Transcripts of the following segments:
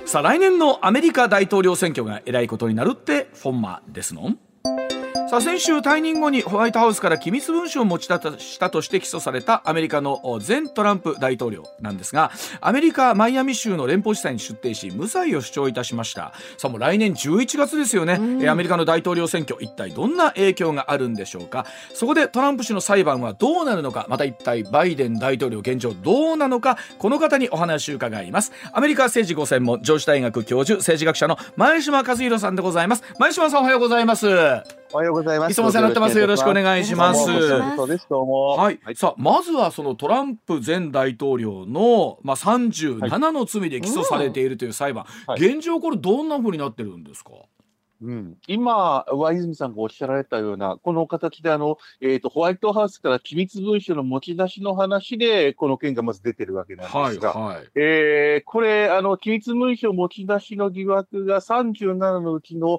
さあ来年のアメリカ大統領選挙がえらいことになるってフォンマですの。さあ先週退任後にホワイトハウスから機密文書を持ち出したとして起訴されたアメリカの前トランプ大統領なんですが、アメリカマイアミ州の連邦地裁に出廷し無罪を主張いたしました。さあもう来年11月ですよね、アメリカの大統領選挙、一体どんな影響があるんでしょうか。そこでトランプ氏の裁判はどうなるのか、また一体バイデン大統領現状どうなのか、この方にお話を伺います。アメリカ政治ご専門、上智大学教授、政治学者の前島和弘さんでございます。前島さん、おはようございます。 おはようございます。 いつもお世話になってます。よろしくお願いします。 どうも。 はい。さあまずはそのトランプ前大統領の、37の罪で起訴されているという裁判、現状これどんな風になってるんですか。 今、和泉さんがおっしゃられたような、この形でホワイトハウスから機密文書の持ち出しの話で、この件がまず出てるわけなんですが、これ、機密文書持ち出しの疑惑が37のうちの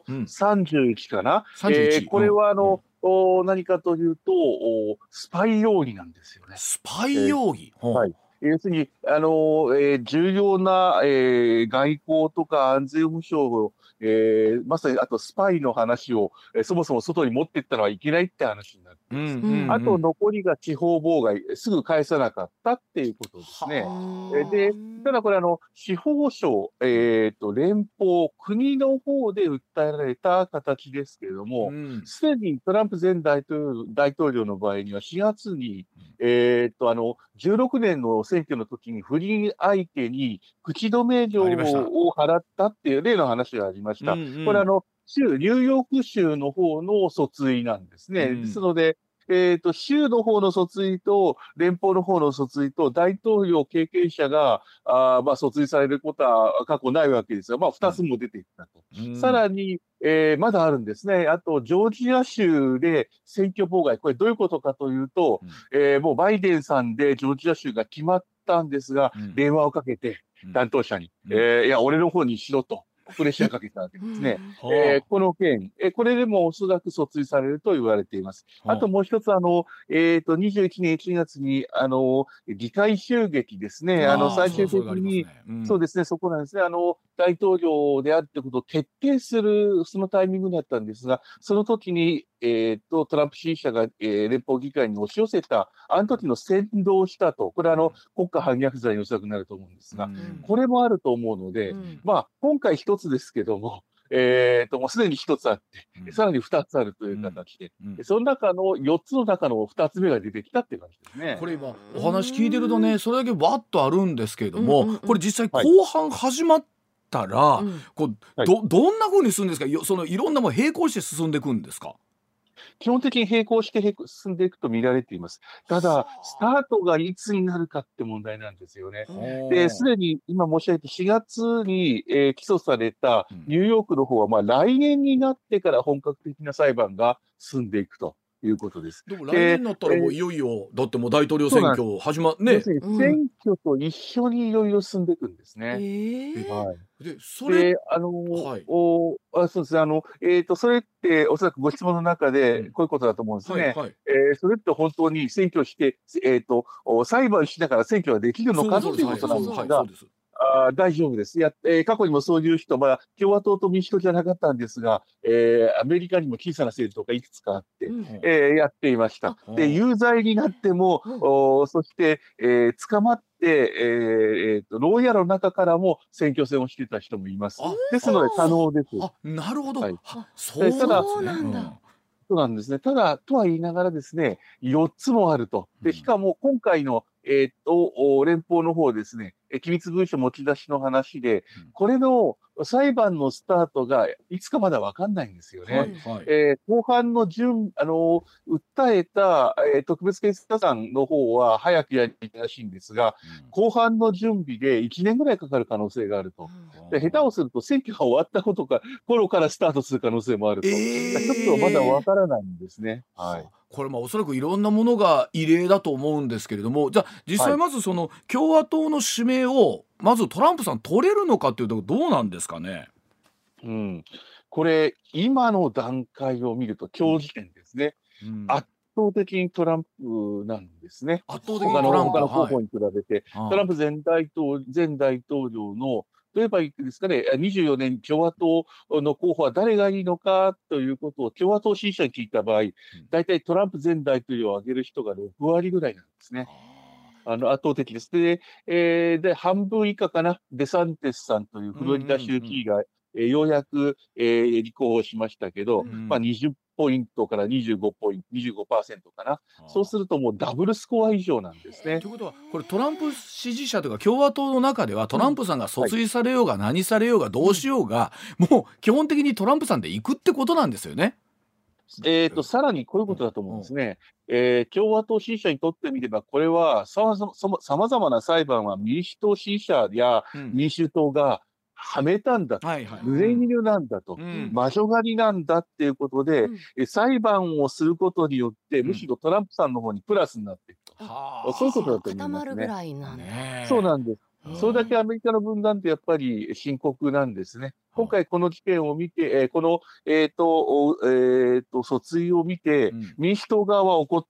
31かな。これは何かというと、スパイ容疑なんですよね。 スパイ容疑、 はい。要するに、重要な、外交とか安全保障を、まさにあとスパイの話を、そもそも外に持っていったのはいけないって話になってます。あと残りが地方妨害、すぐ返さなかったっていうことですね。で、ただこれ司法省、連邦、国の方で訴えられた形ですけれども、すでにトランプ前大統領の場合には4月に、16年の選挙の時に不倫相手に口止め料を払ったっていう例の話がありました。これニューヨーク州の方の訴追なんですね。ですので、州の方の訴追と連邦の方の訴追と大統領経験者が訴追されることは過去ないわけですが、2つも出てきたと。さらに、まだあるんですね。あと、ジョージア州で選挙妨害。これどういうことかというと、もうバイデンさんでジョージア州が決まったんですが、電話をかけて、担当者に、いや、俺の方にしろと。プレッシャーかけたわけですね。この件、これでもおそらく訴追されると言われています。あともう一つ、21年1月に、議会襲撃ですね。最終的に、そうですね、そこなんですね。大統領であるってことを徹底する、そのタイミングだったんですが、その時に、トランプ支持者が、連邦議会に押し寄せた、あの時の扇動したと、これ国家反逆罪におそらくなると思うんですが、これもあると思うので、今回一つですけども、もうすでに一つあって、さらに二つあるという形で、その中の4つの中の2つ目が出てきたっていう感じですね。 これ今お話聞いてるとね、それだけわっとあるんですけれども、これ実際後半始まったら、どんな風にするんですか。そのいろんなもの並行して進んでいくんですか。 基本的に並行して進んでいくと見られています。ただ、スタートがいつになるかって問題なんですよね。で、すでに今申し上げた4月に、起訴されたニューヨークの方は、来年になってから本格的な裁判が進んでいくということです。 でも来年になったらもういよいよ、だってもう大統領選挙始まね。 選挙と一緒にいろいろ進んでいくんですね。 で、それ、 そうですね。それっておそらくご質問の中でこういうことだと思うんですね。それって本当に選挙して、裁判しながら選挙ができるのかっていうことなんですが、大丈夫です。過去にもそういう人、共和党と民主党じゃなかったんですが、アメリカにも小さな政党がいくつかあって、やっていました。で、有罪になっても、そして、捕まって、牢屋の中からも選挙戦をしていた人もいます。ですので可能です。 なるほど。 そうなんだ。そうなんですね。ただ、とは言いながらですね、4つもあると。で、しかも今回の、連邦の方ですね、機密文書持ち出しの話で、これの裁判のスタートがいつかまだわかんないんですよね。後半の訴えた、特別検察官の方は早くやりたいらしいんですが、後半の準備で1年ぐらいかかる可能性があると。で、下手をすると選挙が終わった頃からスタートする可能性もあると。ちょっとまだわからないんですね。 これおそらくいろんなものが異例だと思うんですけれども、じゃあ実際まずその共和党の指名をまずトランプさん取れるのかっていうとどうなんですかね。 これ今の段階を見ると今日時点ですね、圧倒的にトランプなんですね。 圧倒的にトランプ。 他の候補に比べて、トランプ前大統領の例えばですかね、24年共和党の候補は誰がいいのかということを共和党支持者に聞いた場合、大体トランプ前大統領を挙げる人が6割ぐらいなんですね。圧倒的です。で、半分以下かな、デサンテスさんというフロリダ州知事が、ようやく、立候補しましたけど、20ポイントから25ポイント、25% かな。そうするともうダブルスコア以上なんですね。 ということは、これトランプ支持者というか共和党の中ではトランプさんが訴追されようが何されようがどうしようが、もう基本的にトランプさんで行くってことなんですよね。 さらにこういうことだと思うんですね。共和党支持者にとってみれば、これはさまざまな裁判は民主党支持者や民衆党がはめたんだと、濡れ衣なんだと、魔女狩りなんだっていうことで、裁判をすることによって、むしろトランプさんの方にプラスになっていくと。そういうことだと思いますね。 固まるぐらいなんだ。 そうなんです。それだけアメリカの分断ってやっぱり深刻なんですね。今回この事件を見て、この、訴追を見て、民主党側は怒って、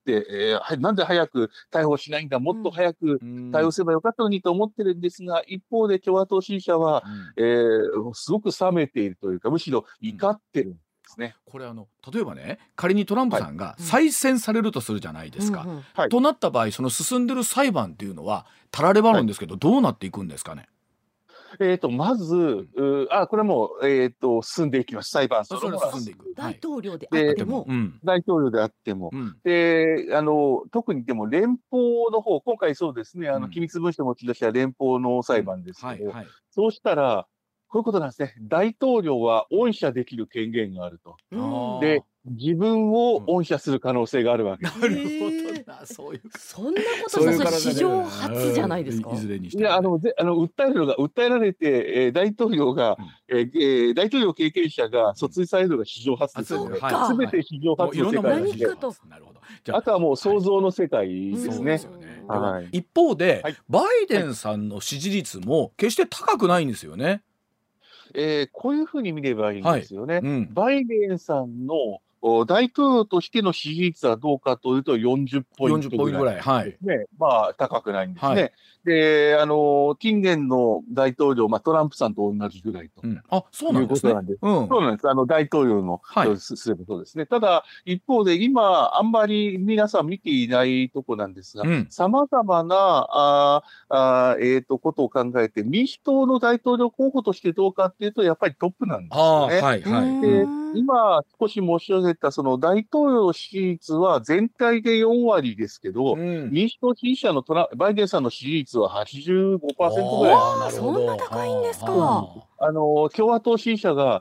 なんで早く逮捕しないんだ、もっと早く対応すればよかったのにと思ってるんですが、一方で共和党支持者は、すごく冷めているというか、むしろ怒ってる。 これ例えばね、仮にトランプさんが再選されるとするじゃないですか、となった場合、その進んでる裁判っていうのはたらればあるんですけど、どうなっていくんですかね。 まず、これも、進んでいきます。裁判そのものは進んでいく。 大統領であっても。 大統領であっても。で、特にでも連邦の方、今回そうですね、機密文書持ち出しは連邦の裁判ですけど、そうしたら、こういうことなんですね。大統領は恩赦できる権限があると。で、自分を恩赦する可能性があるわけです。 なるほどな、そういう。 そんなことさ、それ史上初じゃないですか。 いずれにしていや、訴えられて、大統領経験者が訴追されるのが史上初ですよね。すべて史上初の世界ですね。あとはもう想像の世界ですね。 一方で、バイデンさんの支持率も決して高くないんですよね。 こういうふうに見ればいいんですよね。バイデンさんの大統領としての支持率はどうかというと40ポイントぐらいですね。まあ高くないんですね。で、近年の大統領、トランプさんと同じぐらいと。 そうなんですね。 そうなんです。大統領の、すればそうですね。ただ、一方で今、あんまり皆さん見ていないとこなんですが、様々な、ことを考えて、民主党の大統領候補としてどうかっていうと、やっぱりトップなんですよね。で、今、少し申し上げた、その大統領支持率は全体で4割ですけど、民主党支持者のバイデンさんの支持率は85%ぐらい。 そんな高いんですか。 共和党支持者が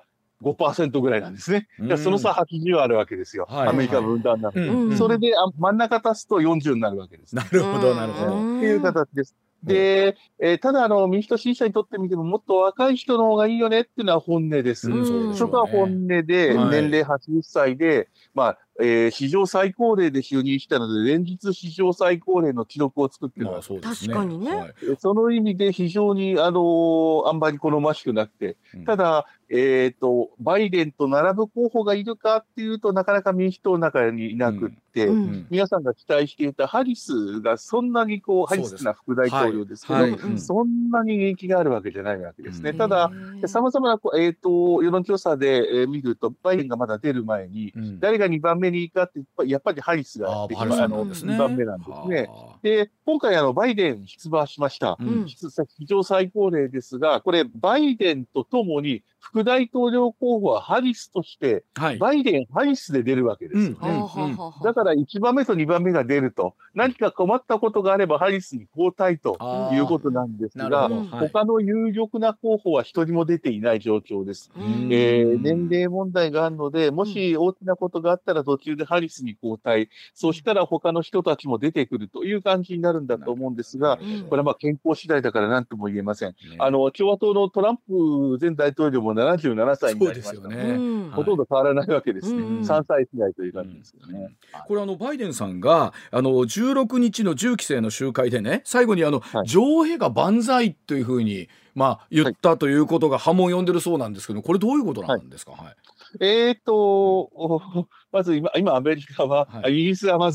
5% ぐらいなんですね。その差80あるわけですよ。アメリカ分断なので。それで真ん中足すと40になるわけです。 なるほど、なるほど。 っていう形です。で、ただ民主党支持者にとってみてももっと若い人の方がいいよねっていうのは本音です。そこは本音で、年齢80歳で、史上最高齢で就任したので、連日史上最高齢の記録を作ってるわけです。 確かにね。 その意味で非常に、あんまり好ましくなくて、ただ、バイデンと並ぶ候補がいるかっていうとなかなか民主党の中にいなくって、皆さんが期待していたハリスがそんなにハリスな副大統領ですけど、そんなに人気があるわけじゃないわけですね。ただ、様々な、世論調査で、見ると、バイデンがまだ出る前に、誰が2番目にいいかって、やっぱりハリスが2番目なんですね。で、今回バイデン出馬しました。史上最高齢ですが、これ、バイデンとともに、副大統領候補はハリスとして、バイデン、ハリスで出るわけですよね。だから1番目と2番目が出ると、何か困ったことがあればハリスに交代ということなんですが、他の有力な候補は一人も出ていない状況です。年齢問題があるので、もし大きなことがあったら途中でハリスに交代、そしたら他の人たちも出てくるという感じになるんだと思うんですが、これは健康次第だから何とも言えません。共和党のトランプ前大統領も77歳になりましたね。ほとんど変わらないわけですね。3歳違いという感じですよね。 これバイデンさんが16日の銃規制の集会でね、最後に女王陛下万歳というふうに言ったということが波紋を呼んでるそうなんですけど、これどういうことなんですか。 まず今アメリカは、イギリスはまず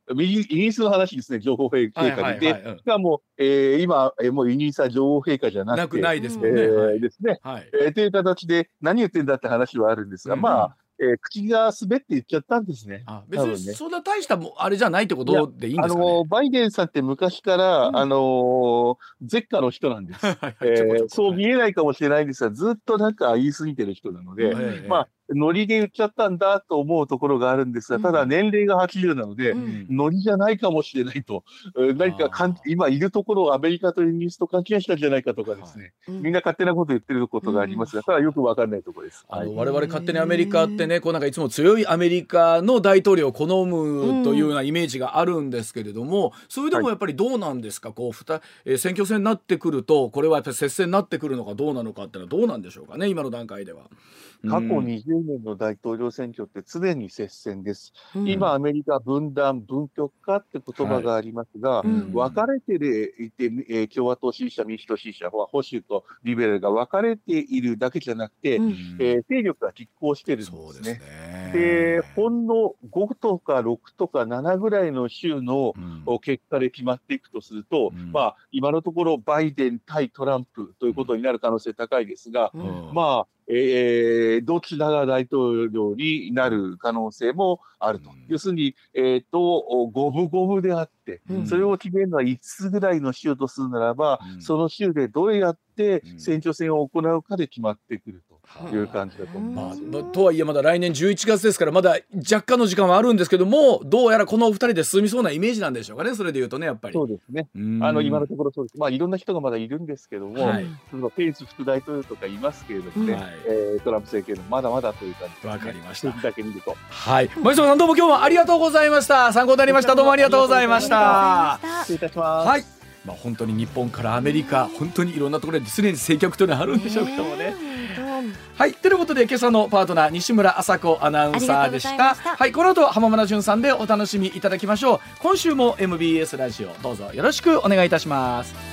イギリスの話ですね、情報陛下で。で、しかも、今、もうイギリスは女王陛下じゃなくて、 ないですもんね。 ですね。という形で、何言ってんだって話はあるんですが、まあ、口が滑って言っちゃったんですね。 別にそんな大したあれじゃないってことでいいんですかね。 バイデンさんって昔から、絶下の人なんです。そう見えないかもしれないんですが、ずっとなんか言い過ぎてる人なので、まあ、ノリで言っちゃったんだと思うところがあるんですが、ただ年齢が80なので、ノリじゃないかもしれないと、何か今いるところをアメリカとイギリスと関係したんじゃないかとかですね、みんな勝手なこと言ってることがありますが、ただよくわかんないところです。 我々勝手にアメリカってね、こうなんかいつも強いアメリカの大統領を好むというようなイメージがあるんですけれども、それでもやっぱりどうなんですか、こう選挙戦になってくると、これはやっぱり接戦になってくるのかどうなのかっていうのはどうなんでしょうかね、今の段階では。 過去20年の大統領選挙って常に接戦です。今アメリカ分断分極化って言葉がありますが、分かれていて、共和党支持者、民主党支持者、保守とリベラルが分かれているだけじゃなくて、勢力が拮抗してるんですね。で、ほんの5とか6とか7ぐらいの州の結果で決まっていくとすると、まあ今のところバイデン対トランプということになる可能性高いですが、まあどちらが大統領になる可能性もあると。要するに、五分五分であって、それを決めるのは5つぐらいの州とするならば、その州でどうやって選挙戦を行うかで決まってくるという感じだと思います。 とはいえまだ来年11月ですから、まだ若干の時間はあるんですけども、どうやらこのお二人で進みそうなイメージなんでしょうかね、それでいうとね、やっぱり。 そうですね。今のところそうです。まあいろんな人がまだいるんですけども、ペンス副大統領とかいますけれどもね、トランプ政権のまだまだという感じですね。 わかりました。 だけ見ると。 はい。前島さんどうも今日はありがとうございました。参考になりました。どうもありがとうございました。 失礼いたします。 はい。まあ本当に日本からアメリカ、本当にいろんなところですでに政局というのはあるんでしょうけどもね。はい。ということで今朝のパートナー西村麻子アナウンサーでした。はい。この後浜村淳さんでお楽しみいただきましょう。今週も MBS ラジオどうぞよろしくお願いいたします。